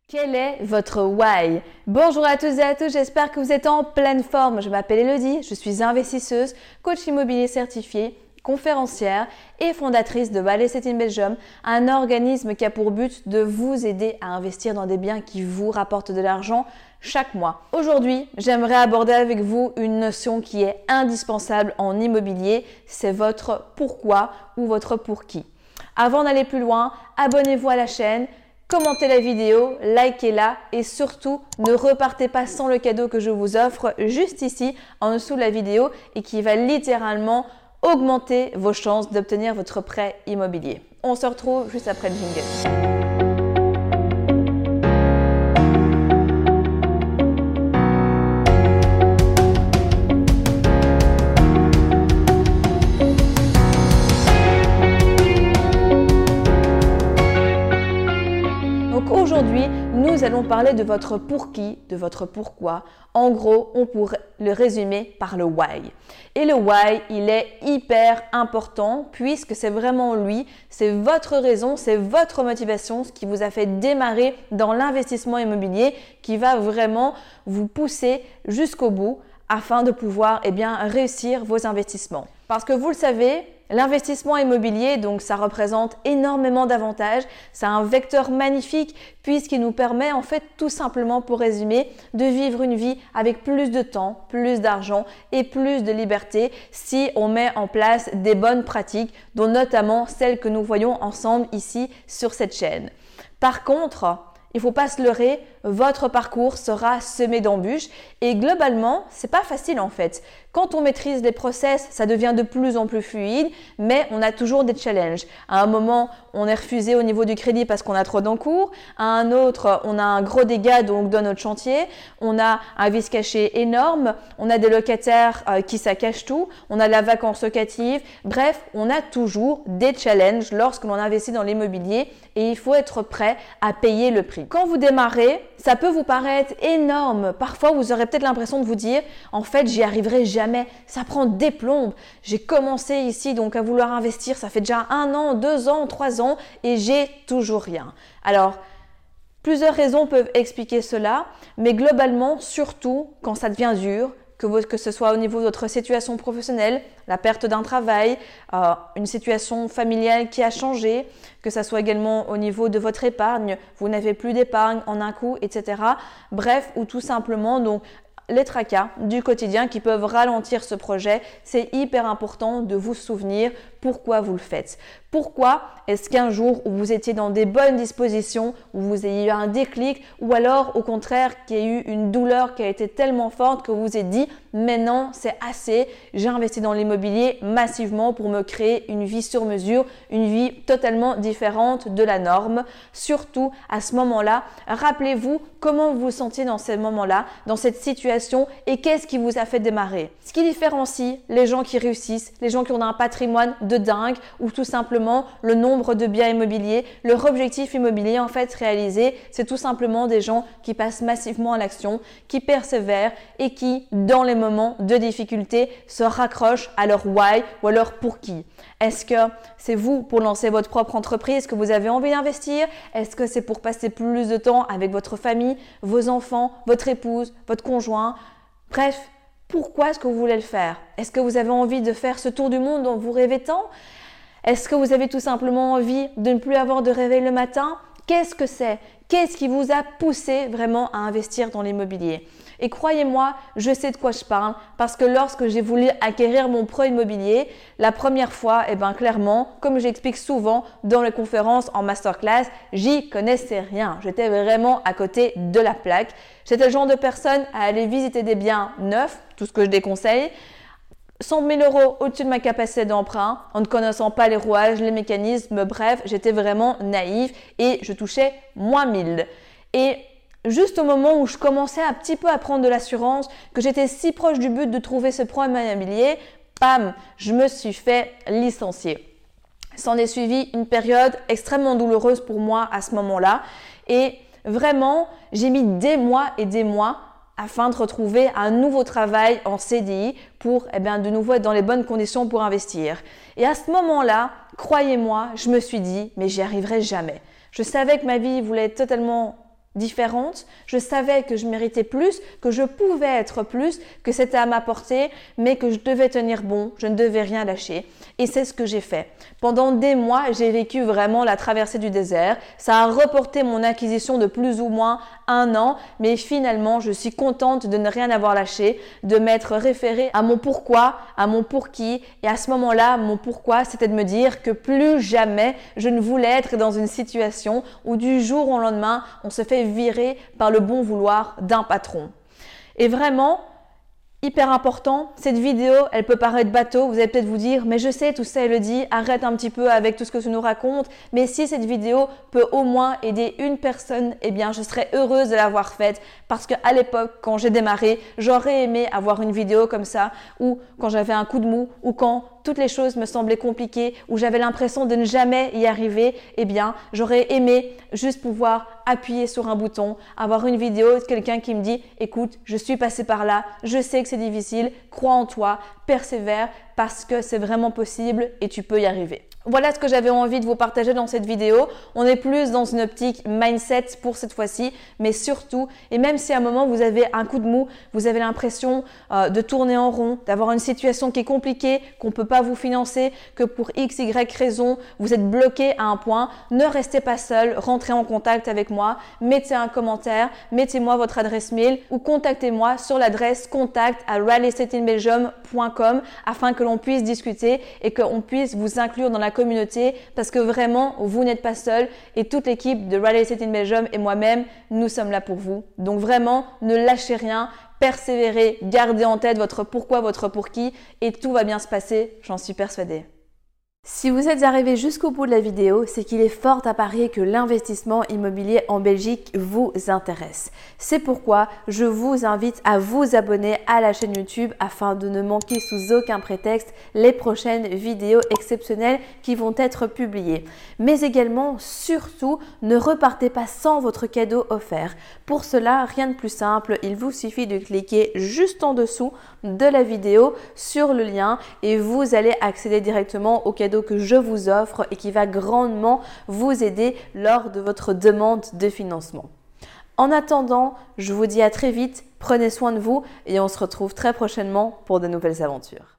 Quel est votre why? Bonjour à tous et à tous, j'espère que vous êtes en pleine forme. Je m'appelle Elodie, je suis investisseuse, coach immobilier certifié, conférencière et fondatrice de Real Estate in Belgium, un organisme qui a pour but de vous aider à investir dans des biens qui vous rapportent de l'argent chaque mois. Aujourd'hui, j'aimerais aborder avec vous une notion qui est indispensable en immobilier, c'est votre pourquoi ou votre pour qui. Avant d'aller plus loin, abonnez-vous à la chaîne. Commentez la vidéo, likez-la et surtout ne repartez pas sans le cadeau que je vous offre juste ici en dessous de la vidéo et qui va littéralement augmenter vos chances d'obtenir votre prêt immobilier. On se retrouve juste après le jingle. Aujourd'hui, nous allons parler de votre pour qui, de votre pourquoi. En gros, on pourrait le résumer par le why. Et le why, il est hyper important puisque c'est vraiment lui, c'est votre raison, c'est votre motivation, ce qui vous a fait démarrer dans l'investissement immobilier qui va vraiment vous pousser jusqu'au bout afin de pouvoir réussir vos investissements. Parce que vous le savez, l'investissement immobilier, donc ça représente énormément d'avantages. C'est un vecteur magnifique puisqu'il nous permet en fait tout simplement, pour résumer, de vivre une vie avec plus de temps, plus d'argent et plus de liberté si on met en place des bonnes pratiques, dont notamment celles que nous voyons ensemble ici sur cette chaîne. Par contre, il ne faut pas se leurrer, votre parcours sera semé d'embûches et globalement, c'est pas facile en fait. Quand on maîtrise les process, ça devient de plus en plus fluide, mais on a toujours des challenges. À un moment, on est refusé au niveau du crédit parce qu'on a trop d'encours. À un autre, on a un gros dégât donc dans notre chantier. On a un vice caché énorme. On a des locataires qui saccagent tout. On a la vacance locative. Bref, on a toujours des challenges lorsque l'on investit dans l'immobilier et il faut être prêt à payer le prix. Quand vous démarrez, ça peut vous paraître énorme. Parfois, vous aurez peut-être l'impression de vous dire « En fait, j'y arriverai jamais. Ça prend des plombes. J'ai commencé ici donc à vouloir investir. Ça fait déjà 1 an, 2 ans, 3 ans et j'ai toujours rien. » Alors, plusieurs raisons peuvent expliquer cela, mais globalement, surtout quand ça devient dur, que ce soit au niveau de votre situation professionnelle, la perte d'un travail, une situation familiale qui a changé, que ce soit également au niveau de votre épargne, vous n'avez plus d'épargne en un coup, etc. Bref, ou tout simplement donc les tracas du quotidien qui peuvent ralentir ce projet, c'est hyper important de vous souvenir pourquoi vous le faites. Pourquoi est-ce qu'un jour où vous étiez dans des bonnes dispositions, où vous ayez eu un déclic ou alors au contraire qu'il y a eu une douleur qui a été tellement forte que vous vous êtes dit « maintenant c'est assez, j'ai investi dans l'immobilier massivement pour me créer une vie sur mesure, une vie totalement différente de la norme ». Surtout à ce moment-là, rappelez-vous comment vous vous sentiez dans ce moment-là, dans cette situation et qu'est-ce qui vous a fait démarrer. Ce qui différencie les gens qui réussissent, les gens qui ont un patrimoine de dingue ou tout simplement le nombre de biens immobiliers, leur objectif immobilier en fait réalisé, c'est tout simplement des gens qui passent massivement à l'action, qui persévèrent et qui, dans les moments de difficulté, se raccrochent à leur why ou à leur pour qui. Est-ce que c'est vous pour lancer votre propre entreprise que vous avez envie d'investir? Est-ce que c'est pour passer plus de temps avec votre famille, vos enfants, votre épouse, votre conjoint? Bref, pourquoi est-ce que vous voulez le faire? Est-ce que vous avez envie de faire ce tour du monde dont vous rêvez tant? Est-ce que vous avez tout simplement envie de ne plus avoir de réveil le matin? Qu'est-ce que c'est? Qu'est-ce qui vous a poussé vraiment à investir dans l'immobilier? Et croyez-moi, je sais de quoi je parle parce que lorsque j'ai voulu acquérir mon prêt immobilier, la première fois, clairement, comme j'explique souvent dans les conférences en masterclass, j'y connaissais rien. J'étais vraiment à côté de la plaque. J'étais le genre de personne à aller visiter des biens neufs, tout ce que je déconseille, 100 000 € au-dessus de ma capacité d'emprunt, en ne connaissant pas les rouages, les mécanismes, bref, j'étais vraiment naïve et je touchais moins 1000. Et juste au moment où je commençais un petit peu à prendre de l'assurance, que j'étais si proche du but de trouver ce prêt immobilier, bam, je me suis fait licencier. S'en est suivi une période extrêmement douloureuse pour moi à ce moment-là et vraiment, j'ai mis des mois et des mois afin de retrouver un nouveau travail en CDI pour de nouveau être dans les bonnes conditions pour investir. Et à ce moment-là, croyez-moi, je me suis dit, mais j'y arriverai jamais. Je savais que ma vie voulait être totalement différente. Je savais que je méritais plus, que je pouvais être plus, que c'était à ma portée, mais que je devais tenir bon, je ne devais rien lâcher. Et c'est ce que j'ai fait. Pendant des mois, j'ai vécu vraiment la traversée du désert. Ça a reporté mon acquisition de plus ou moins 1 an, mais finalement, je suis contente de ne rien avoir lâché, de m'être référée à mon pourquoi, à mon pour qui. Et à ce moment-là, mon pourquoi, c'était de me dire que plus jamais je ne voulais être dans une situation où du jour au lendemain, on se fait virer par le bon vouloir d'un patron. Et vraiment, hyper important, cette vidéo, elle peut paraître bateau, vous allez peut-être vous dire, mais je sais, tout ça, Elodie, arrête un petit peu avec tout ce que tu nous racontes, mais si cette vidéo peut au moins aider une personne, eh bien, je serais heureuse de l'avoir faite parce qu'à l'époque, quand j'ai démarré, j'aurais aimé avoir une vidéo comme ça, ou quand j'avais un coup de mou, ou quand toutes les choses me semblaient compliquées, où j'avais l'impression de ne jamais y arriver, eh bien, j'aurais aimé juste pouvoir appuyer sur un bouton, avoir une vidéo de quelqu'un qui me dit « Écoute, je suis passé par là, je sais que c'est difficile, crois en toi, persévère parce que c'est vraiment possible et tu peux y arriver. » Voilà ce que j'avais envie de vous partager dans cette vidéo. On est plus dans une optique mindset pour cette fois-ci, mais surtout, et même si à un moment vous avez un coup de mou, vous avez l'impression de tourner en rond, d'avoir une situation qui est compliquée, qu'on ne peut pas vous financer, que pour X, Y raison, vous êtes bloqué à un point, ne restez pas seul, rentrez en contact avec moi, mettez un commentaire, mettez-moi votre adresse mail ou contactez-moi sur l'adresse contact@realestateInBelgium.com afin que l'on puisse discuter et qu'on puisse vous inclure dans la communauté parce que vraiment, vous n'êtes pas seul et toute l'équipe de Real Estate in Belgium et moi-même, nous sommes là pour vous. Donc vraiment, ne lâchez rien, persévérez, gardez en tête votre pourquoi, votre pour qui et tout va bien se passer, j'en suis persuadée. Si vous êtes arrivé jusqu'au bout de la vidéo, c'est qu'il est fort à parier que l'investissement immobilier en Belgique vous intéresse. C'est pourquoi je vous invite à vous abonner à la chaîne YouTube afin de ne manquer sous aucun prétexte les prochaines vidéos exceptionnelles qui vont être publiées. Mais également, surtout, ne repartez pas sans votre cadeau offert. Pour cela, rien de plus simple, il vous suffit de cliquer juste en dessous de la vidéo sur le lien et vous allez accéder directement au cadeau que je vous offre et qui va grandement vous aider lors de votre demande de financement. En attendant, je vous dis à très vite, prenez soin de vous et on se retrouve très prochainement pour de nouvelles aventures.